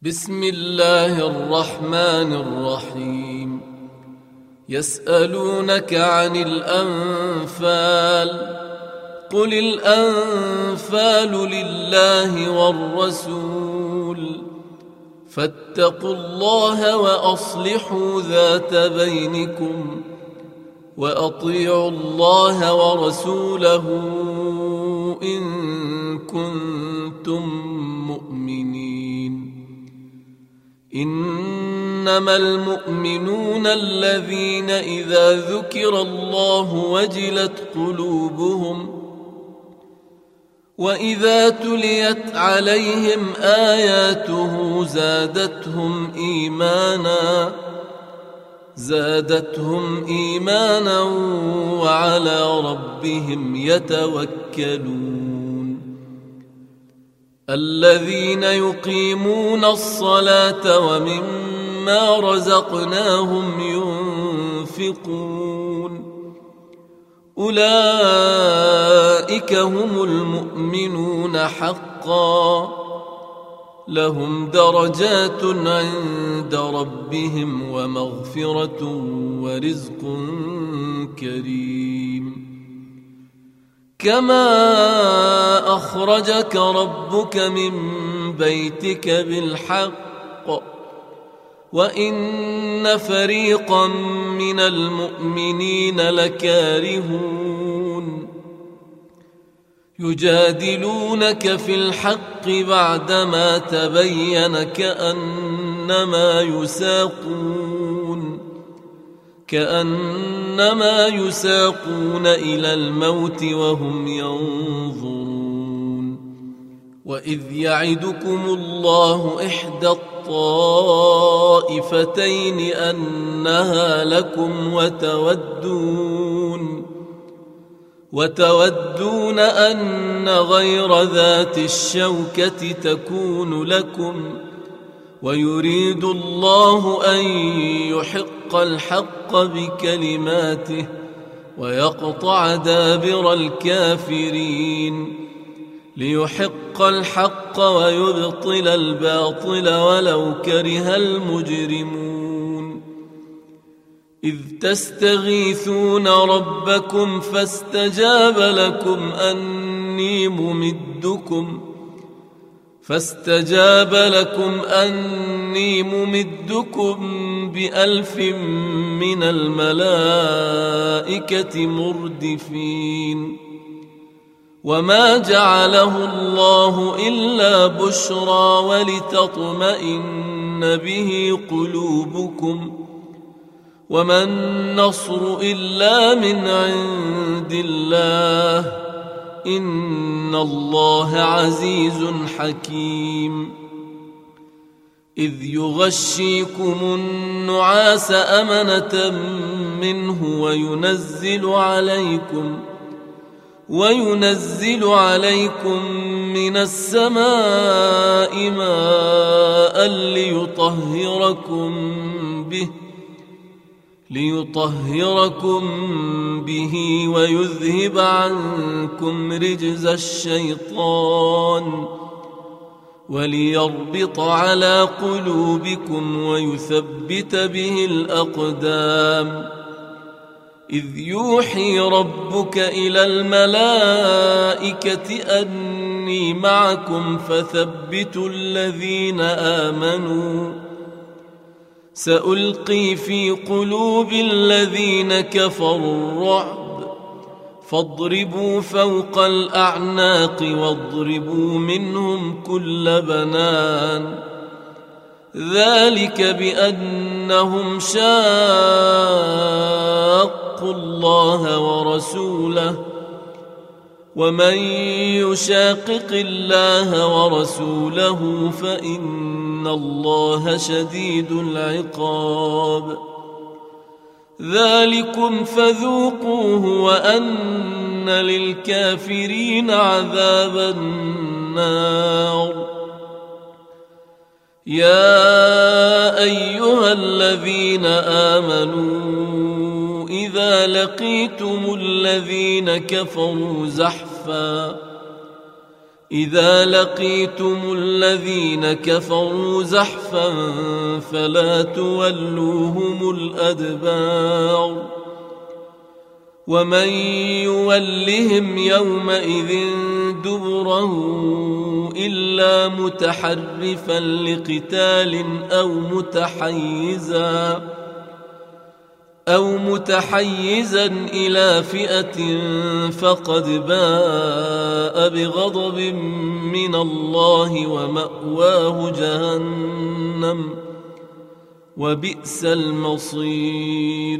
بسم الله الرحمن الرحيم. يسألونك عن الأنفال، قل الأنفال لله والرسول، فاتقوا الله وأصلحوا ذات بينكم، وأطيعوا الله ورسوله إن كنتم مؤمنين. إنما المؤمنون الذين إذا ذكر الله وجلت قلوبهم وإذا تليت عليهم آياته زادتهم إيمانا وعلى ربهم يتوكلون. الذين يقيمون الصلاة ومما رزقناهم ينفقون، أولئك هم المؤمنون حقا، لهم درجات عند ربهم ومغفرة ورزق كريم. كما أخرجك ربك من بيتك بالحق وإن فريقا من المؤمنين لكارهون، يجادلونك في الحق بعدما تبين كأنما يساقون إلى الموت وهم ينظرون. وإذ يعدكم الله إحدى الطائفتين أنها لكم وتودون أن غير ذات الشوكة تكون لكم، ويريد الله أن يحق الحق بكلماته ويقطع دابر الكافرين، ليحق الحق ويبطل الباطل ولو كره المجرمون. إذ تستغيثون ربكم فاستجاب لكم أني ممدكم ب1000 من الملائكة مردفين. وما جعله الله إلا بشرى ولتطمئن به قلوبكم، وما النصر إلا من عند الله، إن الله عزيز حكيم. إذ يغشيكم النعاس أمنة منه وينزل عليكم من السماء ماء ليطهركم به ويذهب عنكم رجز الشيطان وليربط على قلوبكم ويثبت به الأقدام. إذ يوحي ربك إلى الملائكة أني معكم فثبتوا الذين آمنوا، سألقي في قلوب الذين كفروا الرعب، فاضربوا فوق الأعناق واضربوا منهم كل بنان، ذلك بأنهم شاقوا الله ورسوله، ومن يشاقق الله ورسوله فإن الله شديد العقاب. ذلكم فذوقوه وأن للكافرين عذاب النار. يا أيها الذين آمنوا إذا لقيتم الذين كفروا زحفا إذا لقيتم الذين كفروا زحفا فلا تولوهم الأدبار ومن يولهم يومئذ دبره إلا متحرفا لقتال أو متحيزا إلى فئة فقد باء بغضب من الله ومأواه جهنم وبئس المصير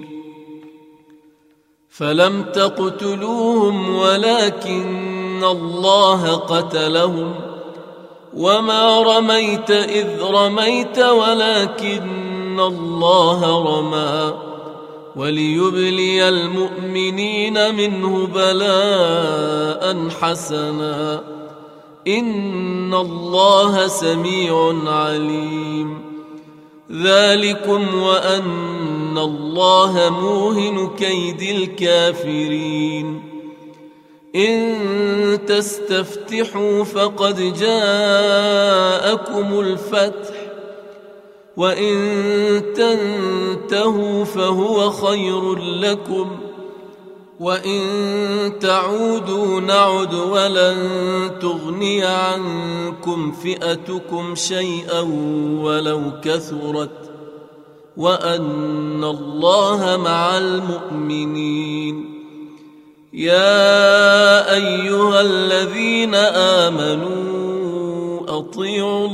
فلم تقتلوهم ولكن الله قتلهم وما رميت إذ رميت ولكن الله رمى وليبلي المؤمنين منه بلاء حسنا إن الله سميع عليم ذلكم وأن الله موهن كيد الكافرين إن تستفتحوا فقد جاءكم الفتح وإن تنتهوا فهو خير لكم وإن تعودوا نعد ولن تغني عنكم فئتكم شيئا ولو كثرت وأن الله مع المؤمنين يا أيها الذين آمنوا أطيعوا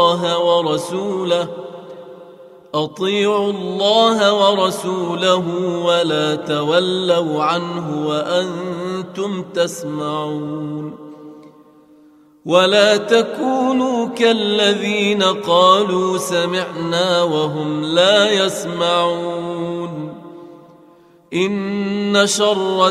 الله ورسوله ولا تولوا عنه وأنتم تسمعون ولا تكونوا كالذين قالوا سمعنا وهم لا يسمعون إن شر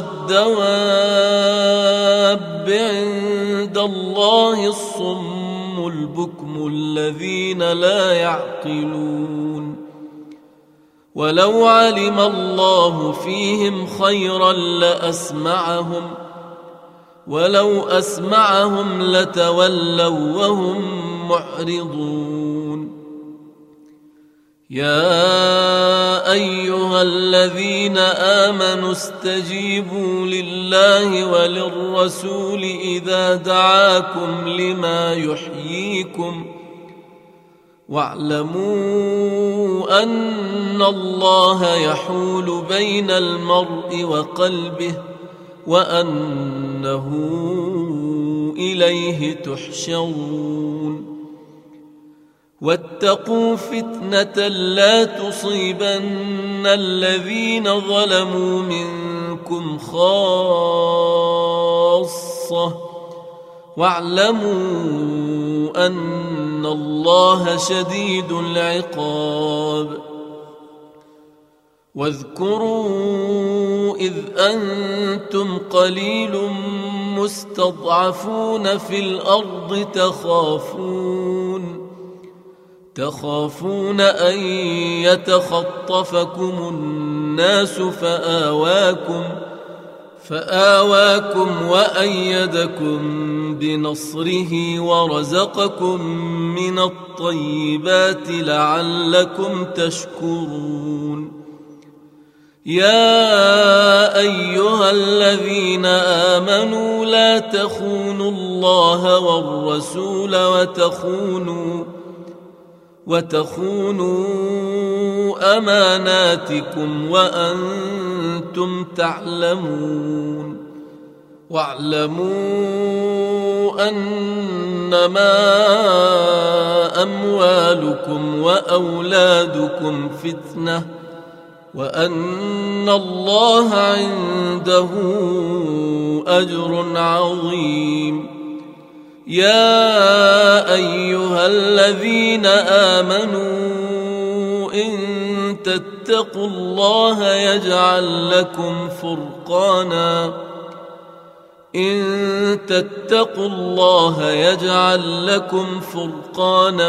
الدواب عند الله الصم البكم الذين لا يعقلون ولو علم الله فيهم خيرا لأسمعهم ولو أسمعهم لتولوا وهم معرضون يا أيها الذين آمنوا استجيبوا لله وللرسول إذا دعاكم لما يحييكم واعلموا أن الله يحول بين المرء وقلبه وأنه إليه تحشرون واتقوا فتنة لا تصيبن الذين ظلموا منكم خاصة واعلموا أن الله شديد العقاب واذكروا إذ أنتم قليل مستضعفون في الأرض تخافون أن يتخطفكم الناس فآواكم وأيدكم بنصره ورزقكم من الطيبات لعلكم تشكرون يا أيها الذين آمنوا لا تخونوا الله والرسول وتخونوا أماناتكم وأنتم تعلمون واعلموا أنما أموالكم وأولادكم فتنة وأن الله عنده أجر عظيم يا أيها الذين آمنوا إن تتقوا الله يجعل لكم فرقانا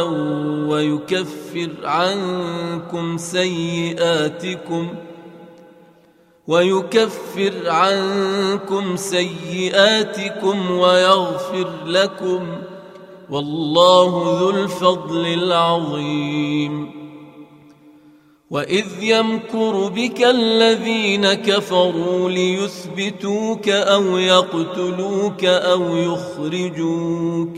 ويكفر عنكم سيئاتكم ويكفر عنكم سيئاتكم ويغفر لكم، والله ذو الفضل العظيم. وإذ يمكر بك الذين كفروا ليثبتوك أو يقتلوك أو يخرجوك،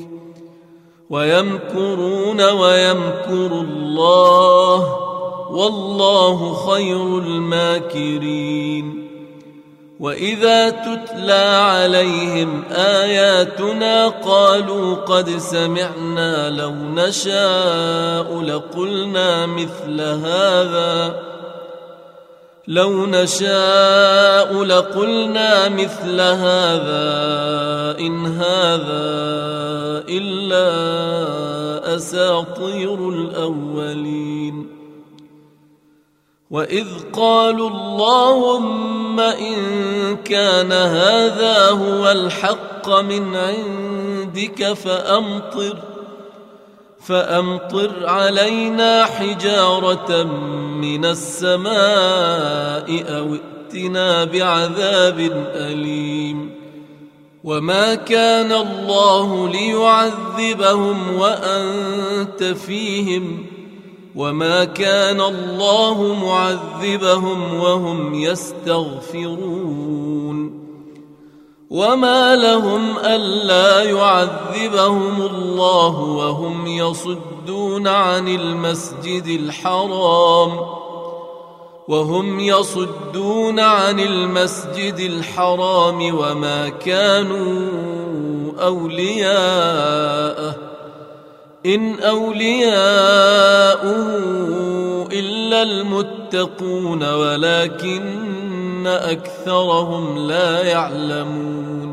ويمكرون ويمكر الله، والله خير الماكرين. وإذا تتلى عليهم آياتنا قالوا قد سمعنا لو نشاء لقلنا مثل هذا إن هذا إلا أساطير الأولين. وإذ قالوا اللهم إن كان هذا هو الحق من عندك فأمطر علينا حجارة من السماء أو ائتنا بعذاب أليم. وما كان الله ليعذبهم وأنت فيهم، وما كان الله معذبهم وهم يستغفرون. وما لهم ألا يعذبهم الله وهم يصدون عن المسجد الحرام وما كانوا أولياءه إن أولياؤه إلا المتقون ولكن أكثرهم لا يعلمون.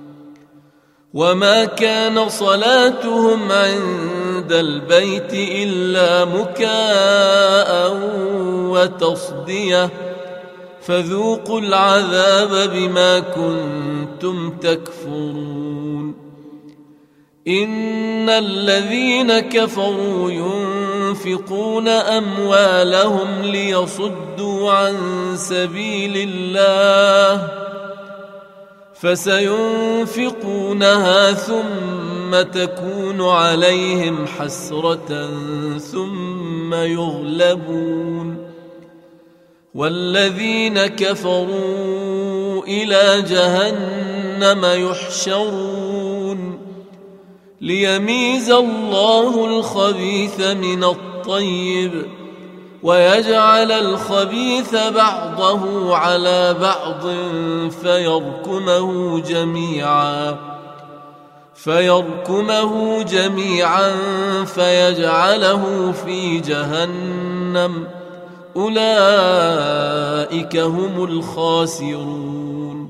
وما كان صلاتهم عند البيت إلا مكاء وتصدية، فذوقوا العذاب بما كنتم تكفرون. إن الذين كفروا ينفقون أموالهم ليصدوا عن سبيل الله فسينفقونها ثم تكون عليهم حسرة ثم يغلبون، والذين كفروا إلى جهنم يحشرون ليميز الله الخبيث من الطيب ويجعل الخبيث بعضه على بعض فيركمه جميعا فيجعله في جهنم، أولئك هم الخاسرون.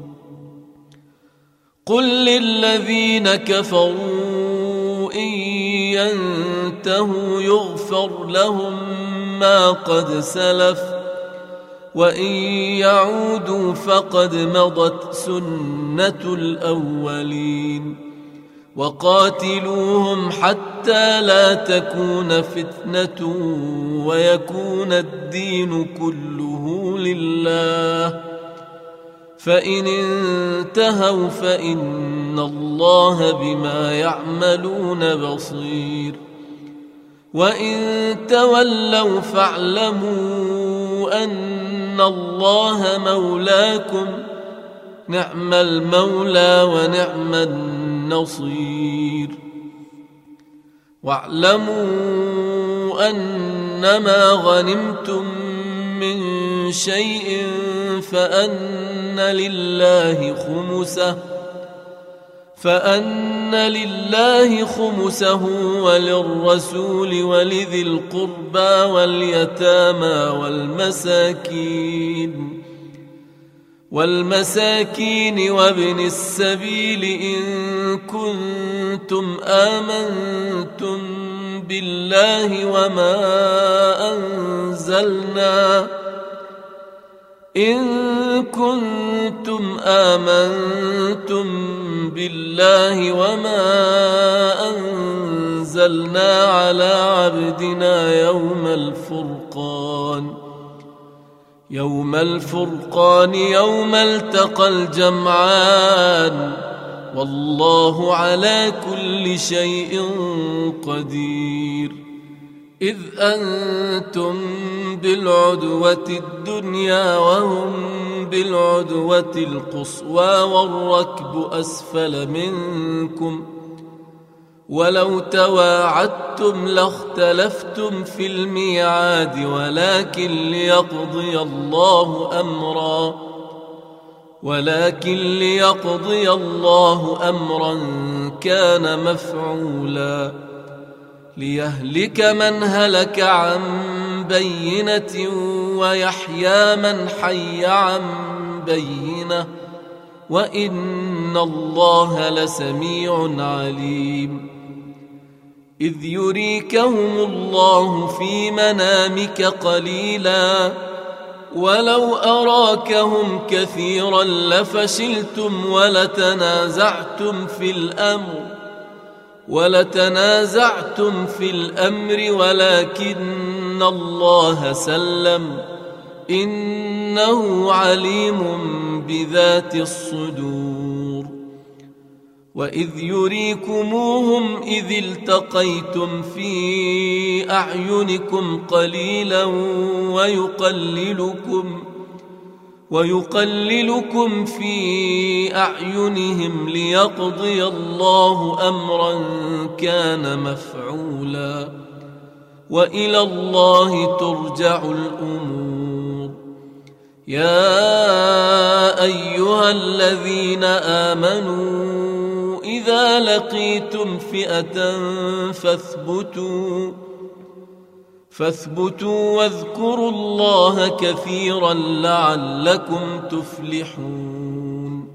قل للذين كفروا إن ينتهوا يغفر لهم ما قد سلف وإن يعودوا فقد مضت سنة الأولين. وقاتلوهم حتى لا تكون فتنة ويكون الدين كله لله، فإن انتهوا فإن الله بما يعملون بصير. وإن تولوا فاعلموا أن الله مولاكم، نعم المولى ونعم النصير. واعلموا أنما غنمتم من شيء فأن لله خمسه وللرسول ولذي القربى واليتامى والمساكين وابن السبيل إن كنتم آمنتم بالله وما أنزلنا على عبدنا يوم الفرقان يوم الفرقان يوم التقى الجمعان والله على كل شيء قدير. إذ أنتم بالعدوة الدنيا وهم بالعدوة القصوى والركب أسفل منكم ولو تواعدتم لاختلفتم في الميعاد ولكن ليقضي الله أمرا كان مفعولا ليهلك من هلك عن بينة ويحيى من حي عن بينة وإن الله لسميع عليم. إذ يريكهم الله في منامك قليلا ولو أراكهم كثيرا لفشلتم ولتنازعتم في الأمر ولكن الله سلم إنه عليم بذات الصدور. وإذ يريكموهم إذ التقيتم في أعينكم قليلا ويقللكم في أعينهم ليقضي الله أمرا كان مفعولا وإلى الله ترجع الأمور. يا أيها الذين آمنوا إذا لقيتم فئة فاثبتوا واذكروا الله كثيرا لعلكم تفلحون.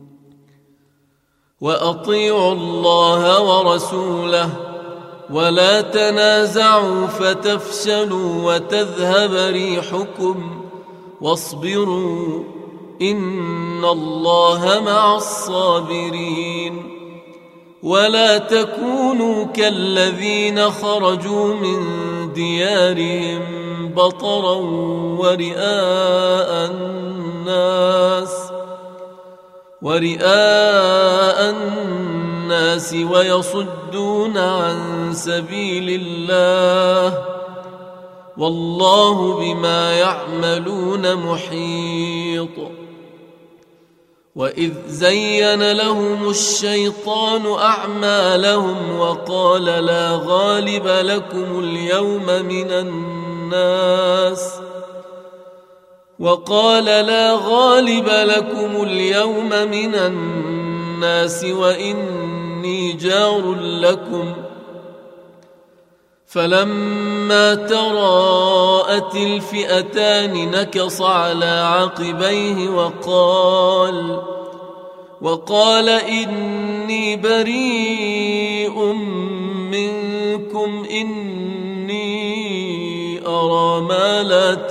وأطيعوا الله ورسوله ولا تنازعوا فتفشلوا وتذهب ريحكم واصبروا إن الله مع الصابرين. ولا تكونوا كالذين خرجوا من ديارهم بطرا ورئاء الناس ويصدون عن سبيل الله والله بما يعملون محيط. وإذ زين لهم الشيطان أعمالهم وقال لا غالب لكم اليوم من الناس وإني جار لكم. فلما تراءت الفئتان نكص على عقبيه وقال إني بريء منكم إني أرى ما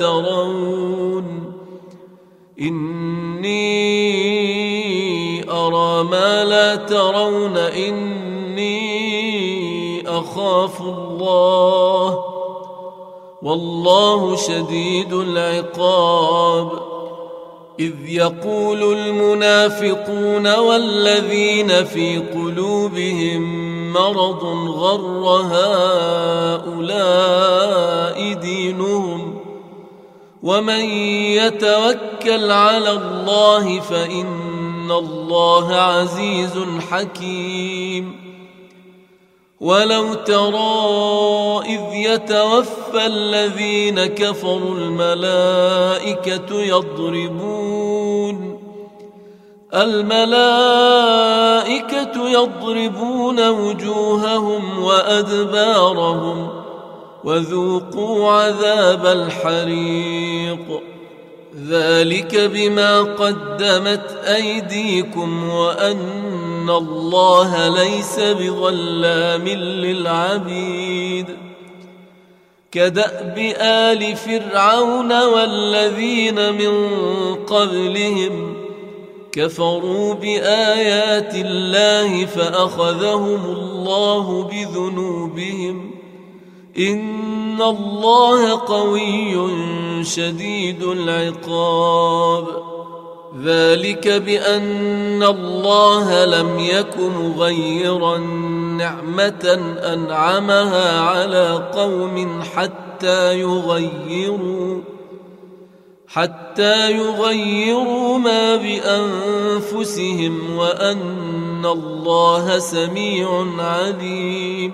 لا ترون إني أخاف الله والله شديد العقاب. إذ يقول المنافقون والذين في قلوبهم مرض غر هؤلاء دينهم ومن يتوكل على الله فإن الله عزيز حكيم. ولو ترى إذ يتوفى الذين كفروا الملائكة يضربون وجوههم وأدبارهم وذوقوا عذاب الحريق ذلك بما قدمت أيديكم وأن الله ليس بظلام للعبيد. كدأب آل فرعون والذين من قبلهم كفروا بآيات الله فأخذهم الله بذنوبهم إن إن الله قوي شديد العقاب. ذلك بأن الله لم يك مغيرا نعمة أنعمها على قوم حتى يغيروا ما بأنفسهم وأن الله سميع عليم.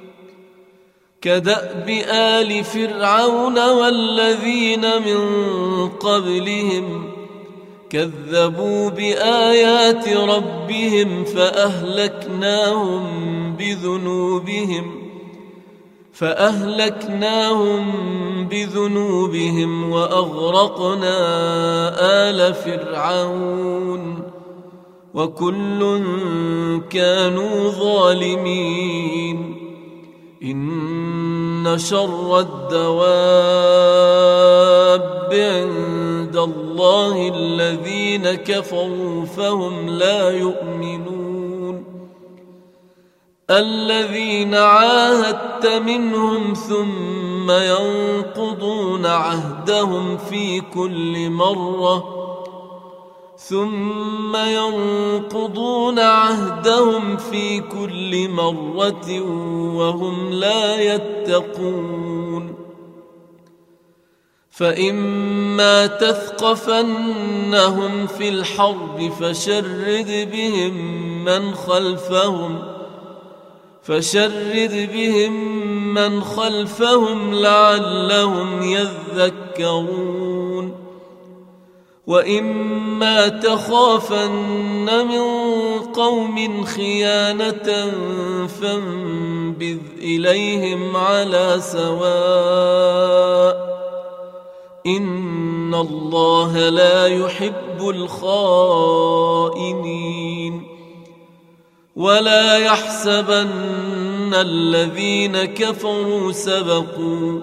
كدأب آل فرعون والذين من قبلهم كذبوا بآيات ربهم فأهلكناهم بذنوبهم وأغرقنا آل فرعون وكل كانوا ظالمين. إن شر الدواب عند الله الذين كفروا فهم لا يؤمنون. الذين عاهدت منهم ثم ينقضون عهدهم في كل مرة وهم لا يتقون. فإما تثقفنهم في الحرب فشرد بهم من خلفهم لعلهم يذكرون. وإما تخافن من قوم خيانة فانبذ إليهم على سواء إن الله لا يحب الخائنين. ولا يحسبن الذين كفروا سبقوا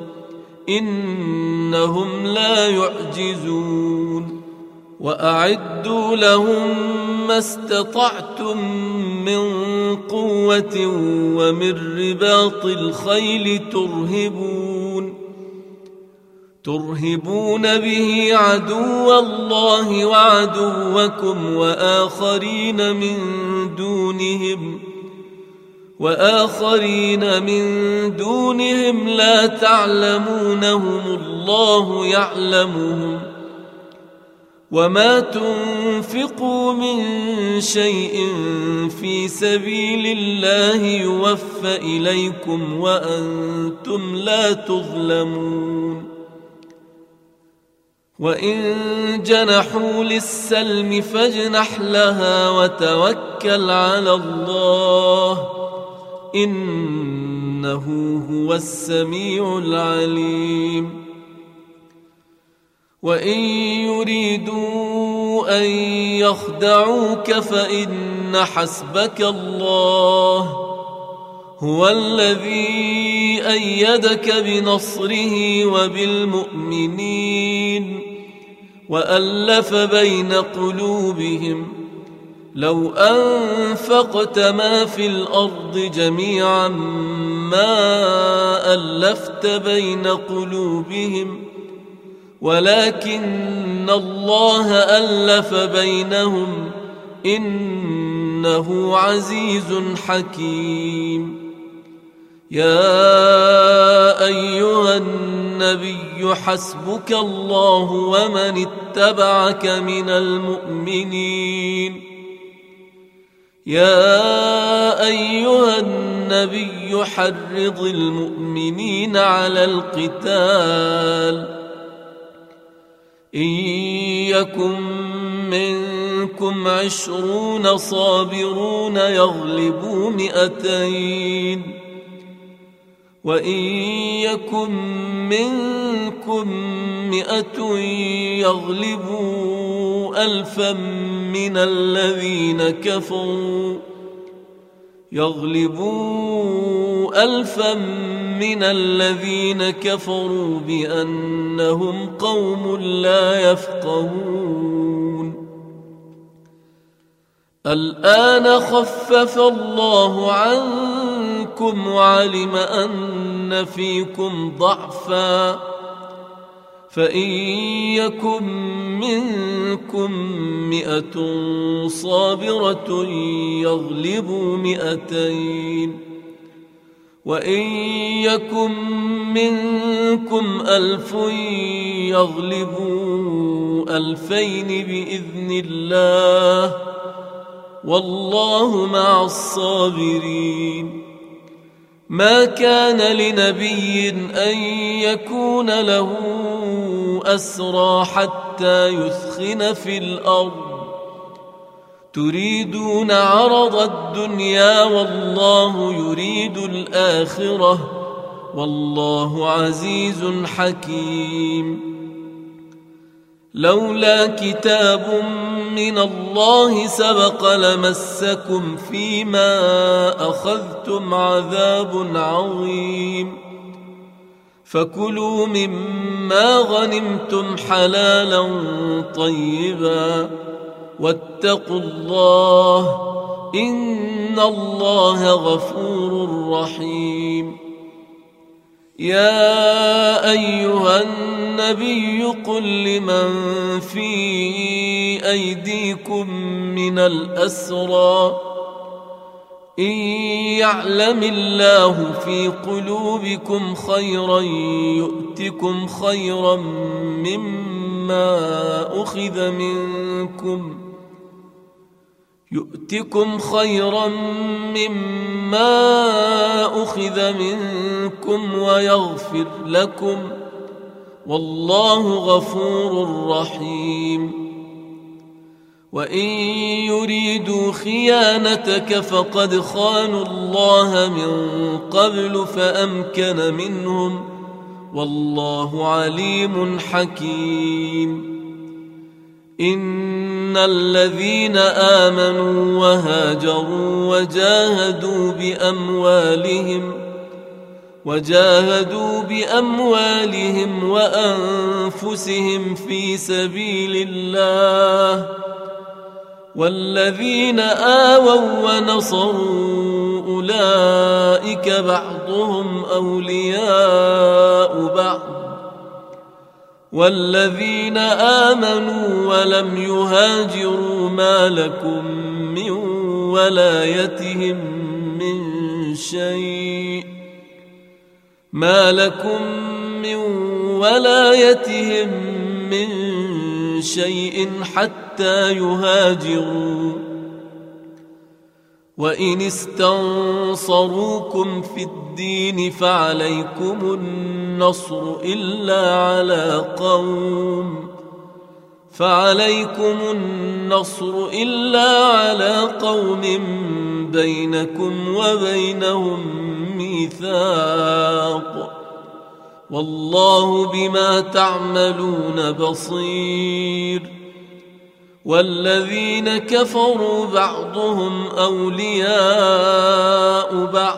إنهم لا يعجزون. وأعدوا لهم ما استطعتم من قوة ومن رباط الخيل ترهبون به عدو الله وعدوكم وآخرين من دونهم لا تعلمونهم الله يعلمهم. وما تنفقوا من شيء في سبيل الله يوفى إليكم وأنتم لا تظلمون. وإن جنحوا للسلم فاجنح لها وتوكل على الله إنه هو السميع العليم. وإن يريدوا أن يخدعوك فإن حسبك الله هو الذي أيدك بنصره وبالمؤمنين وألف بين قلوبهم لو أنفقت ما في الأرض جميعا ما ألفت بين قلوبهم ولكن الله ألف بينهم إنه عزيز حكيم. يا أيها النبي حسبك الله ومن اتبعك من المؤمنين. يا أيها النبي حرض المؤمنين على القتال إن يكن منكم 20 صابرون يغلبوا 200 وإن يكن منكم 100 يغلبوا 1000 من الذين كفروا بأنهم قوم لا يفقهون. الآن خفف الله عنكم وعلم أن يكن فيكم ضعفا فإن يكن منكم 100 صابرة يغلبوا 200 وإن يكن منكم 1000 يغلبوا 2000 بإذن الله والله مع الصابرين. ما كان لنبي أن يكون له أسرى حتى يثخن في الأرض تريدون عرض الدنيا والله يريد الآخرة والله عزيز حكيم. لولا كتاب من الله سبق لمسكم فيما أخذتم عذاب عظيم فكلوا مما غنمتم حلالا طيبا واتقوا الله إن الله غفور رحيم. يا أيها النبي قل لمن في أيديكم من الأسرى إن يعلم الله في قلوبكم خيرا يؤتكم خيرا مما أخذ منكم ويغفر لكم والله غفور رحيم. وإن يريدوا خيانتك فقد خانوا الله من قبل فأمكن منهم والله عليم حكيم. إن الذين آمنوا وهاجروا وجاهدوا بأموالهم وأنفسهم في سبيل الله والذين آووا ونصروا أولئك بعضهم أولياء بعض والذين آمنوا ولم يهاجروا ما لكم من ولايتهم من شيء حتى يهاجروا. وإن استنصروكم في الدين فعليكم النصر إلا على قوم بينكم وبينهم ميثاق والله بما تعملون بصير. والذين كفروا بعضهم أولياء بعض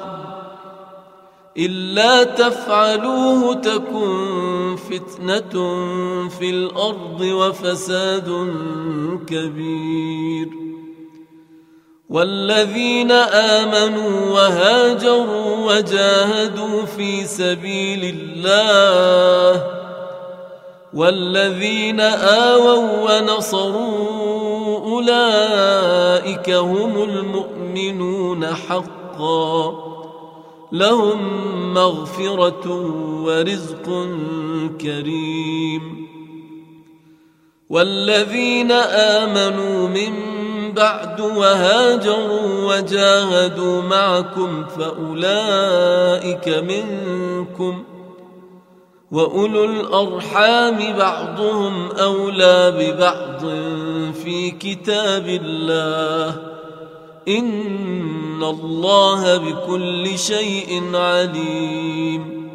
إلا تفعلوه تكن فتنة في الأرض وفساد كبير. والذين آمنوا وهاجروا وجاهدوا في سبيل الله والذين آووا ونصروا أولئك هم المؤمنون حقا لهم مغفرة ورزق كريم. والذين آمنوا من بعد وهاجروا وجاهدوا معكم فأولئك منكم وأولو الأرحام بعضهم أولى ببعض في كتاب الله إن الله بكل شيء عليم.